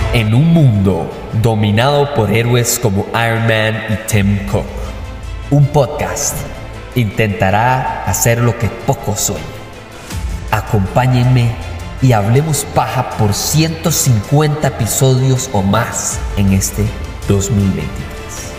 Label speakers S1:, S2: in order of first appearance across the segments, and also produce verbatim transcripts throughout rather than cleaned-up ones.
S1: En un mundo dominado por héroes como Iron Man y Tim Cook, un podcast intentará hacer lo que pocos sueñan. Acompáñenme y hablemos paja por ciento cincuenta episodios o más en este dos mil veintitrés.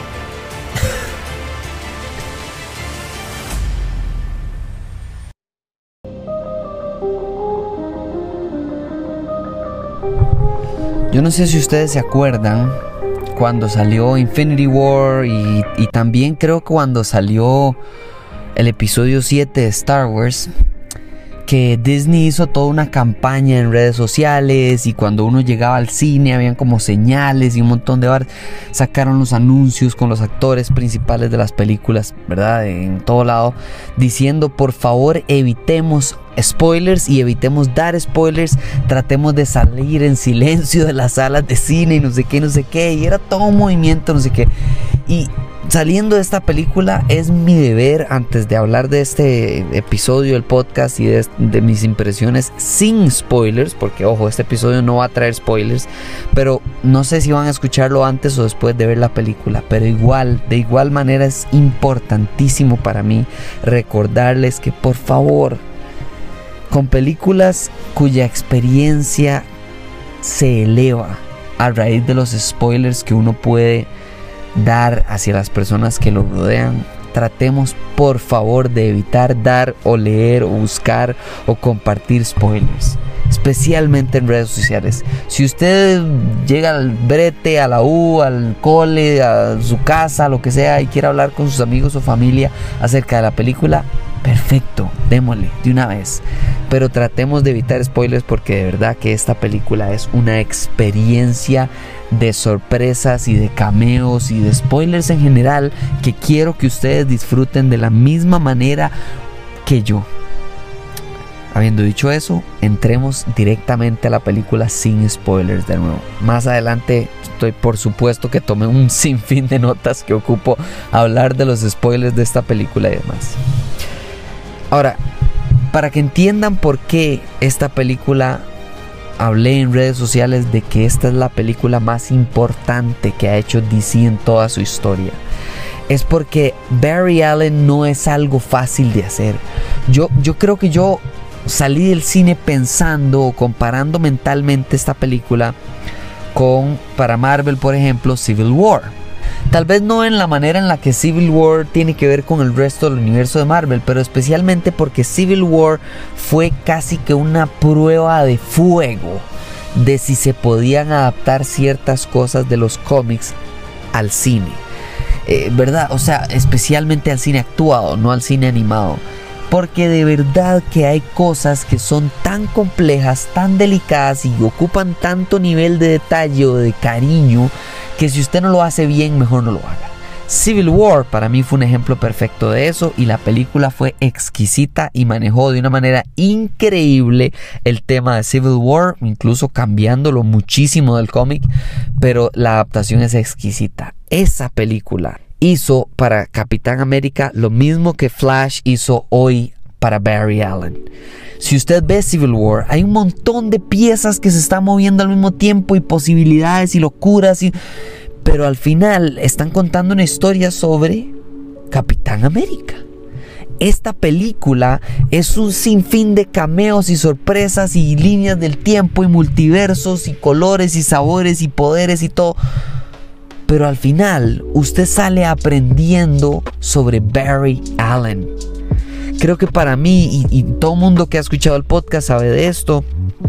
S2: Yo no sé si ustedes se acuerdan cuando salió Infinity War y, y también creo que cuando salió el episodio siete de Star Wars, que Disney hizo toda una campaña en redes sociales y cuando uno llegaba al cine habían como señales y un montón de bar sacaron los anuncios con los actores principales de las películas, ¿verdad? En todo lado, diciendo por favor evitemos spoilers y evitemos dar spoilers, tratemos de salir en silencio de las salas de cine y no sé qué, no sé qué, y era todo un movimiento, no sé qué. Y saliendo de esta película es mi deber, antes de hablar de este episodio del podcast y de, de mis impresiones sin spoilers, porque ojo, este episodio no va a traer spoilers, pero no sé si van a escucharlo antes o después de ver la película, pero igual, de igual manera es importantísimo para mí recordarles que por favor, con películas cuya experiencia se eleva a raíz de los spoilers que uno puede dar hacia las personas que lo rodean, tratemos por favor de evitar dar o leer o buscar o compartir spoilers, especialmente en redes sociales. Si usted llega al brete, a la U, al cole, a su casa, lo que sea, y quiere hablar con sus amigos o familia acerca de la película, perfecto, démosle de una vez, pero tratemos de evitar spoilers porque de verdad que esta película es una experiencia de sorpresas y de cameos y de spoilers en general que quiero que ustedes disfruten de la misma manera que yo. Habiendo dicho eso, entremos directamente a la película sin spoilers de nuevo. Más adelante estoy por supuesto que tomé un sinfín de notas que ocupo hablar de los spoilers de esta película y demás. Ahora, para que entiendan por qué esta película, hablé en redes sociales de que esta es la película más importante que ha hecho D C en toda su historia. Es porque Barry Allen no es algo fácil de hacer. Yo, yo creo que yo salí del cine pensando o comparando mentalmente esta película con, para Marvel por ejemplo, Civil War. Tal vez no en la manera en la que Civil War tiene que ver con el resto del universo de Marvel, pero especialmente porque Civil War fue casi que una prueba de fuego de si se podían adaptar ciertas cosas de los cómics al cine. Eh, ¿Verdad? O sea, especialmente al cine actuado, no al cine animado. Porque de verdad que hay cosas que son tan complejas, tan delicadas y ocupan tanto nivel de detalle o de cariño que si usted no lo hace bien, mejor no lo haga. Civil War para mí fue un ejemplo perfecto de eso y la película fue exquisita y manejó de una manera increíble el tema de Civil War, incluso cambiándolo muchísimo del cómic, pero la adaptación es exquisita. Esa película hizo para Capitán América lo mismo que Flash hizo hoy para Barry Allen. Si usted ve Civil War, hay un montón de piezas que se están moviendo al mismo tiempo y posibilidades y locuras, y... pero al final están contando una historia sobre Capitán América. Esta película es un sinfín de cameos y sorpresas y líneas del tiempo y multiversos y colores y sabores y poderes y todo. Pero al final usted sale aprendiendo sobre Barry Allen. Creo que para mí y, y todo el mundo que ha escuchado el podcast sabe de esto.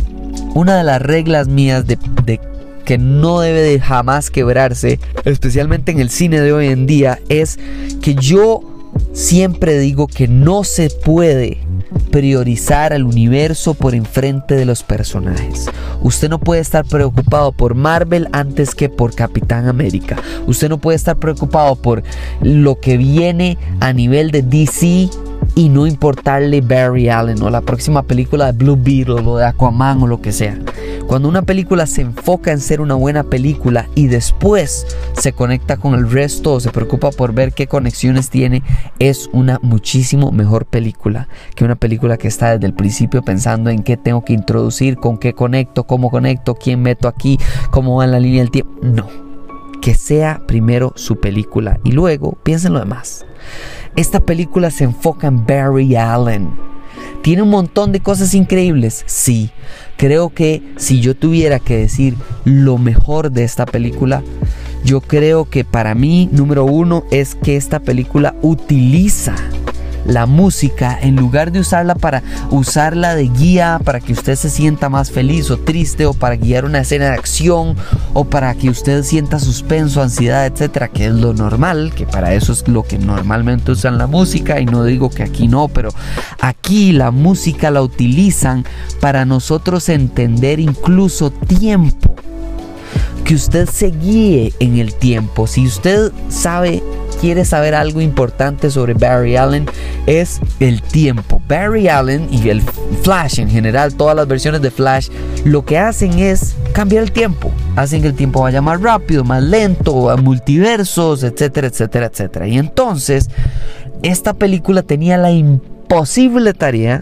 S2: Una de las reglas mías de, de que no debe de jamás quebrarse, especialmente en el cine de hoy en día, es que yo siempre digo que no se puede priorizar al universo por enfrente de los personajes. Usted no puede estar preocupado por Marvel antes que por Capitán América. Usted no puede estar preocupado por lo que viene a nivel de D C y no importarle Barry Allen o la próxima película de Blue Beetle o de Aquaman o lo que sea. Cuando una película se enfoca en ser una buena película y después se conecta con el resto o se preocupa por ver qué conexiones tiene, es una muchísimo mejor película que una película que está desde el principio pensando en qué tengo que introducir, con qué conecto, cómo conecto, quién meto aquí, cómo va en la línea del tiempo. No, que sea primero su película y luego piensen lo demás. Esta película se enfoca en Barry Allen. ¿Tiene un montón de cosas increíbles? Sí. Creo que si yo tuviera que decir lo mejor de esta película, yo creo que para mí, número uno, es que esta película utiliza la música en lugar de usarla para usarla de guía para que usted se sienta más feliz o triste, o para guiar una escena de acción, o para que usted sienta suspenso, ansiedad, etcétera, que es lo normal, que para eso es lo que normalmente usan la música, y no digo que aquí no, pero aquí la música la utilizan para nosotros entender incluso tiempo, que usted se guíe en el tiempo. Si usted sabe quiere saber algo importante sobre Barry Allen, es el tiempo. Barry Allen y el Flash en general, todas las versiones de Flash, lo que hacen es cambiar el tiempo. Hacen que el tiempo vaya más rápido, más lento, a multiversos, etcétera, etcétera, etcétera. Y entonces, esta película tenía la imposible tarea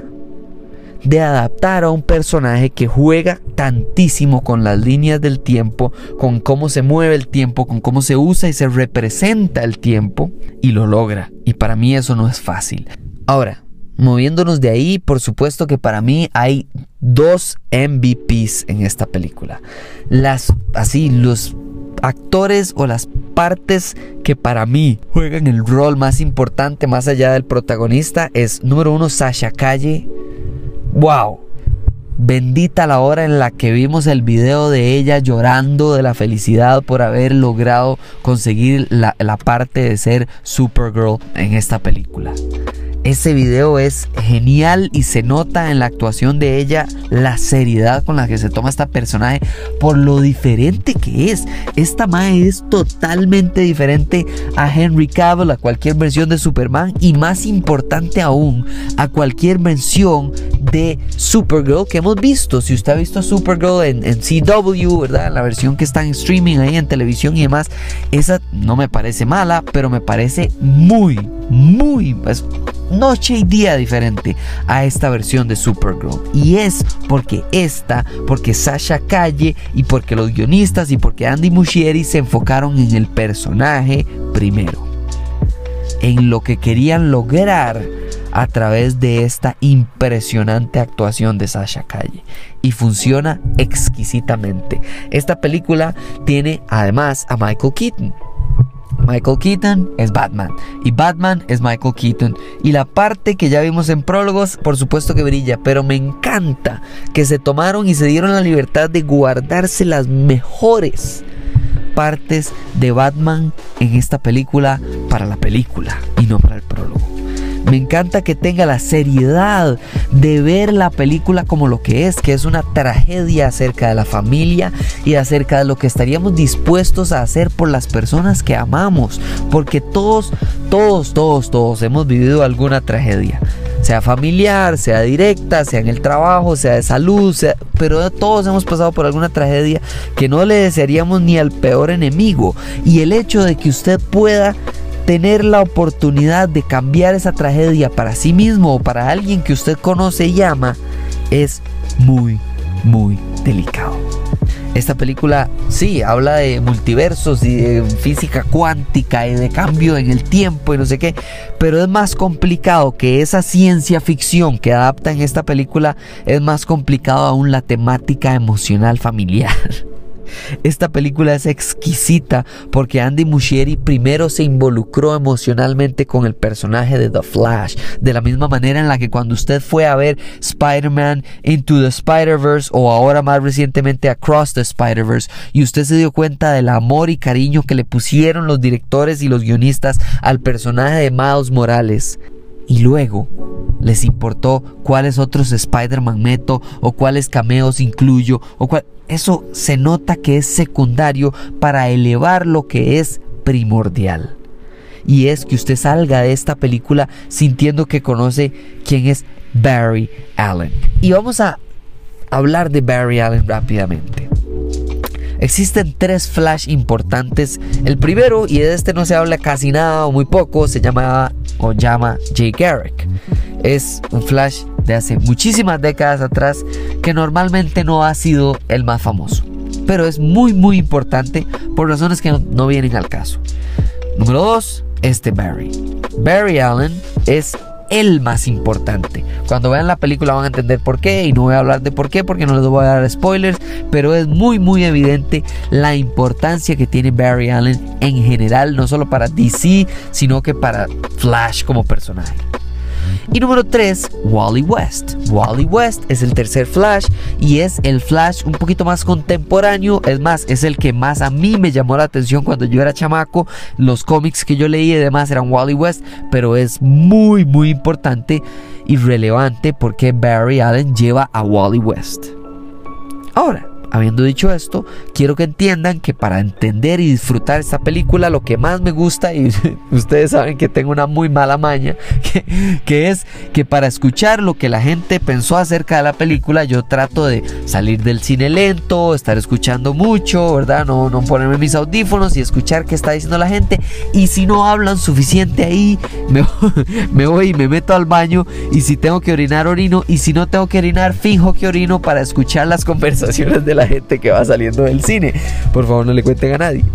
S2: de adaptar a un personaje que juega tantísimo con las líneas del tiempo, con cómo se mueve el tiempo, con cómo se usa y se representa el tiempo, y lo logra. Y para mí eso no es fácil. Ahora, moviéndonos de ahí, por supuesto que para mí hay dos M V Pes en esta película. Las, así, los actores o las partes que para mí juegan el rol más importante más allá del protagonista es, número uno, Sasha Calle. ¡Wow! Bendita la hora en la que vimos el video de ella llorando de la felicidad por haber logrado conseguir la, la parte de ser Supergirl en esta película. Ese video es genial y se nota en la actuación de ella la seriedad con la que se toma esta personaje por lo diferente que es. Esta mae es totalmente diferente a Henry Cavill, a cualquier versión de Superman, y más importante aún, a cualquier versión de Supergirl que hemos visto. Si usted ha visto a Supergirl en, en C W, ¿verdad? La versión que está en streaming ahí en televisión y demás, esa no me parece mala, pero me parece muy, muy... Pues, noche y día diferente a esta versión de Supergirl. Y es porque esta, porque Sasha Calle y porque los guionistas y porque Andy Muschietti se enfocaron en el personaje primero, en lo que querían lograr a través de esta impresionante actuación de Sasha Calle, y funciona exquisitamente. Esta película tiene además a Michael Keaton. Michael Keaton es Batman y Batman es Michael Keaton, y la parte que ya vimos en prólogos por supuesto que brilla, pero me encanta que se tomaron y se dieron la libertad de guardarse las mejores partes de Batman en esta película para la película y no para el prólogo. Me encanta que tenga la seriedad de ver la película como lo que es, que es una tragedia acerca de la familia y acerca de lo que estaríamos dispuestos a hacer por las personas que amamos. Porque todos, todos, todos, todos hemos vivido alguna tragedia. Sea familiar, sea directa, sea en el trabajo, sea de salud, sea, pero todos hemos pasado por alguna tragedia que no le desearíamos ni al peor enemigo. Y el hecho de que usted pueda tener la oportunidad de cambiar esa tragedia para sí mismo o para alguien que usted conoce y ama es muy, muy delicado. Esta película sí habla de multiversos y de física cuántica y de cambio en el tiempo y no sé qué, pero es más complicado que esa ciencia ficción que adapta en esta película. Es más complicado aún la temática emocional familiar. Esta película es exquisita porque Andy Muschietti primero se involucró emocionalmente con el personaje de The Flash, de la misma manera en la que cuando usted fue a ver Spider-Man Into the Spider-Verse, o ahora más recientemente Across the Spider-Verse, y usted se dio cuenta del amor y cariño que le pusieron los directores y los guionistas al personaje de Miles Morales, y luego les importó cuáles otros Spider-Man meto o cuáles cameos incluyo o cuál... Eso se nota que es secundario para elevar lo que es primordial, y es que usted salga de esta película sintiendo que conoce quién es Barry Allen. Y vamos a hablar de Barry Allen rápidamente. Existen tres Flash importantes. El primero, y de este no se habla casi nada o muy poco, se llama o llama Jay Garrick. Es un Flash de hace muchísimas décadas atrás que normalmente no ha sido el más famoso, pero es muy muy importante por razones que no, no vienen al caso. Número dos, este Barry. Barry Allen es el más importante. Cuando vean la película van a entender por qué, y no voy a hablar de por qué porque no les voy a dar spoilers, pero es muy muy evidente la importancia que tiene Barry Allen en general, no solo para D C, sino que para Flash como personaje. Y número tres, Wally West. Wally West es el tercer Flash y es el Flash un poquito más contemporáneo. Es más, es el que más a mí me llamó la atención cuando yo era chamaco. Los cómics que yo leí y demás eran Wally West, pero es muy muy importante y relevante porque Barry Allen lleva a Wally West. Ahora, habiendo dicho esto, quiero que entiendan que para entender y disfrutar esta película, lo que más me gusta, y ustedes saben que tengo una muy mala maña, que, que es que para escuchar lo que la gente pensó acerca de la película, yo trato de salir del cine lento, estar escuchando mucho, ¿verdad? No, no ponerme mis audífonos y escuchar qué está diciendo la gente. Y si no hablan suficiente ahí, me, me voy y me meto al baño, y si tengo que orinar, orino, y si no tengo que orinar, finjo que orino para escuchar las conversaciones de la gente que va saliendo del cine. Por favor, no le cuenten a nadie.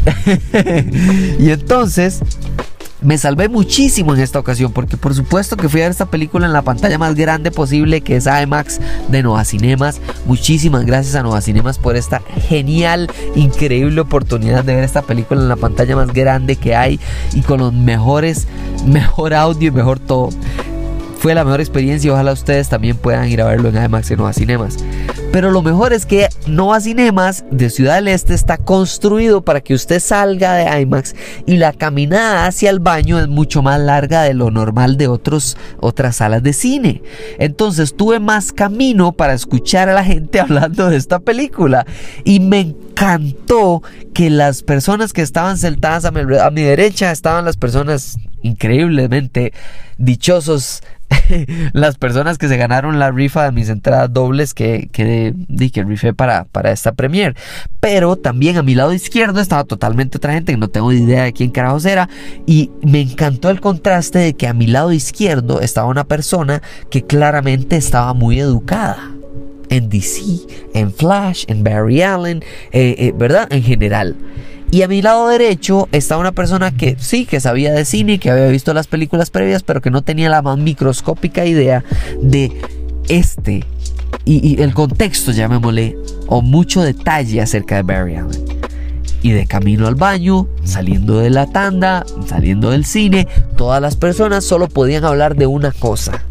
S2: Y entonces me salvé muchísimo en esta ocasión, porque por supuesto que fui a ver esta película en la pantalla más grande posible, que es IMAX de Nova Cinemas. Muchísimas gracias a Nova Cinemas por esta genial, increíble oportunidad de ver esta película en la pantalla más grande que hay y con los mejores, mejor audio y mejor todo. Fue la mejor experiencia y ojalá ustedes también puedan ir a verlo en IMAX en Nova Cinemas. Pero lo mejor es que Nova Cinemas de Ciudad del Este está construido para que usted salga de IMAX y la caminada hacia el baño es mucho más larga de lo normal de otros, otras salas de cine. Entonces tuve más camino para escuchar a la gente hablando de esta película y me encantó que las personas que estaban sentadas a mi, a mi derecha estaban las personas increíblemente dichosos, las personas que se ganaron la rifa de mis entradas dobles que, que, que rifé para, para esta premiere. Pero también a mi lado izquierdo estaba totalmente otra gente que no tengo idea de quién carajos era, y me encantó el contraste de que a mi lado izquierdo estaba una persona que claramente estaba muy educada en D C, en Flash, en Barry Allen, eh, eh, ¿verdad? En general. Y a mi lado derecho está una persona que sí, que sabía de cine, que había visto las películas previas, pero que no tenía la más microscópica idea de este y, y el contexto, llamémosle, o mucho detalle acerca de Barry Allen. Y de camino al baño, saliendo de la tanda, saliendo del cine, todas las personas solo podían hablar de una cosa,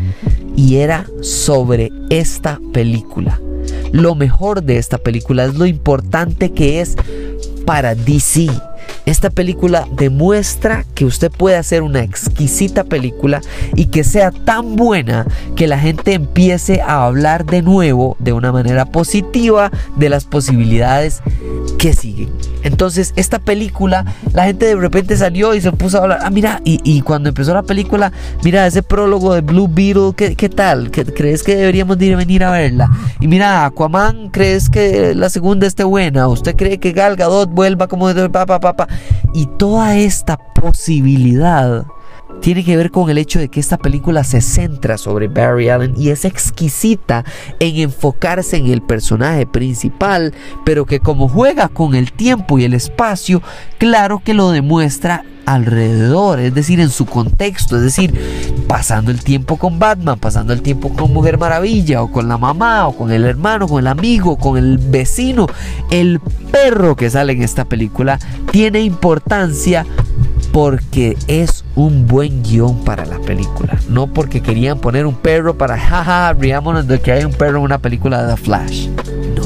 S2: y era sobre esta película. Lo mejor de esta película es lo importante que es para D C. Esta película demuestra que usted puede hacer una exquisita película y que sea tan buena que la gente empiece a hablar de nuevo de una manera positiva de las posibilidades que siguen. Entonces esta película, la gente de repente salió y se puso a hablar, ah mira, y, y cuando empezó la película, mira ese prólogo de Blue Beetle, ¿qué, qué tal? ¿Qué, ¿Crees que deberíamos de ir a venir a verla? Y mira, Aquaman, ¿crees que la segunda esté buena? ¿Usted cree que Gal Gadot vuelva como de papá, papá? Y toda esta posibilidad tiene que ver con el hecho de que esta película se centra sobre Barry Allen y es exquisita en enfocarse en el personaje principal, pero que como juega con el tiempo y el espacio, claro que lo demuestra alrededor, es decir, en su contexto, es decir, pasando el tiempo con Batman, pasando el tiempo con Mujer Maravilla, o con la mamá, o con el hermano, con el amigo, con el vecino. El perro que sale en esta película tiene importancia porque es un buen guión para la película, no porque querían poner un perro para jaja, riámonos de que hay un perro en una película de The Flash. No,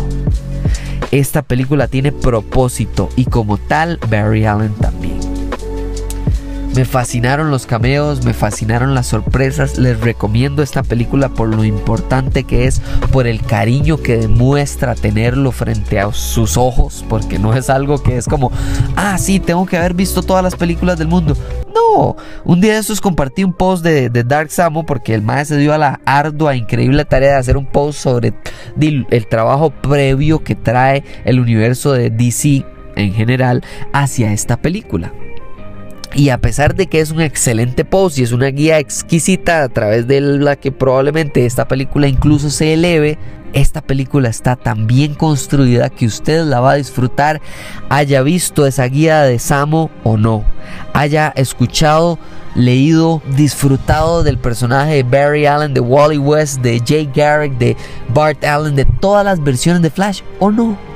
S2: esta película tiene propósito y como tal Barry Allen también. Me fascinaron los cameos, me fascinaron las sorpresas. Les recomiendo esta película por lo importante que es, por el cariño que demuestra tenerlo frente a sus ojos, porque no es algo que es como, ah, sí, tengo que haber visto todas las películas del mundo. No, un día de estos compartí un post de, de Dark Samo, porque el maestro se dio a la ardua, increíble tarea de hacer un post sobre el, el trabajo previo que trae el universo de D C en general hacia esta película. Y a pesar de que es un excelente post y es una guía exquisita a través de la que probablemente esta película incluso se eleve, esta película está tan bien construida que usted la va a disfrutar, haya visto esa guía de Samo o no, haya escuchado, leído, disfrutado del personaje de Barry Allen, de Wally West, de Jay Garrick, de Bart Allen, de todas las versiones de Flash o no.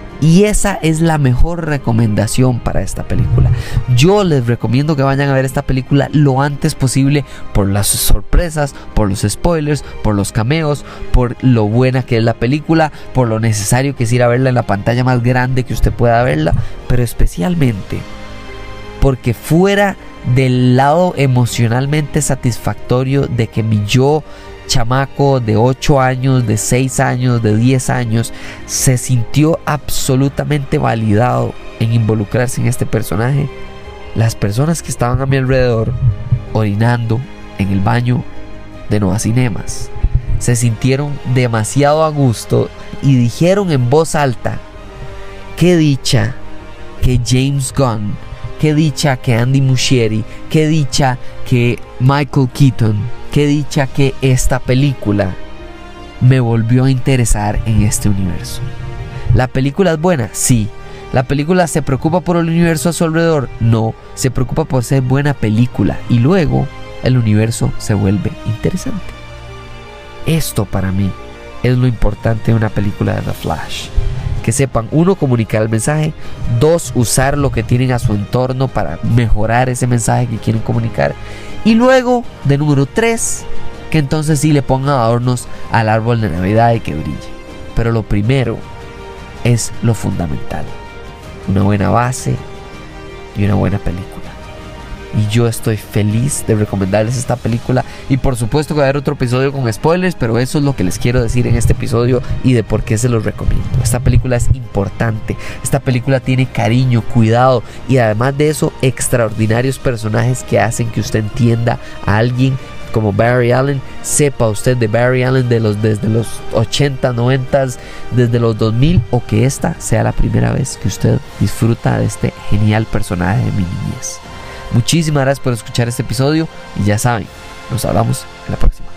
S2: Y esa es la mejor recomendación para esta película. Yo les recomiendo que vayan a ver esta película lo antes posible, por las sorpresas, por los spoilers, por los cameos, por lo buena que es la película, por lo necesario que es ir a verla en la pantalla más grande que usted pueda verla, pero especialmente porque fuera del lado emocionalmente satisfactorio de que mi yo chamaco de ocho años, de seis años, de diez años se sintió absolutamente validado en involucrarse en este personaje, las personas que estaban a mi alrededor orinando en el baño de Nova Cinemas se sintieron demasiado a gusto y dijeron en voz alta: qué dicha que James Gunn, qué dicha que Andy Muschietti, qué dicha que Michael Keaton, qué dicha que esta película me volvió a interesar en este universo. ¿La película es buena? Sí. ¿La película se preocupa por el universo a su alrededor? No. Se preocupa por ser buena película y luego el universo se vuelve interesante. Esto para mí es lo importante de una película de The Flash. Que sepan, uno, comunicar el mensaje, dos, usar lo que tienen a su entorno para mejorar ese mensaje que quieren comunicar, y luego, de número tres, que entonces sí le pongan adornos al árbol de Navidad y que brille. Pero lo primero es lo fundamental: una buena base y una buena película. Y yo estoy feliz de recomendarles esta película. Y por supuesto que va a haber otro episodio con spoilers, pero eso es lo que les quiero decir en este episodio y de por qué se los recomiendo. Esta película es importante. Esta película tiene cariño, cuidado y además de eso, extraordinarios personajes que hacen que usted entienda a alguien como Barry Allen. Sepa usted de Barry Allen de los, desde los ochenta, noventa, desde los dos mil, o que esta sea la primera vez que usted disfruta de este genial personaje de mi niñez. Muchísimas gracias por escuchar este episodio y ya saben, nos hablamos en la próxima.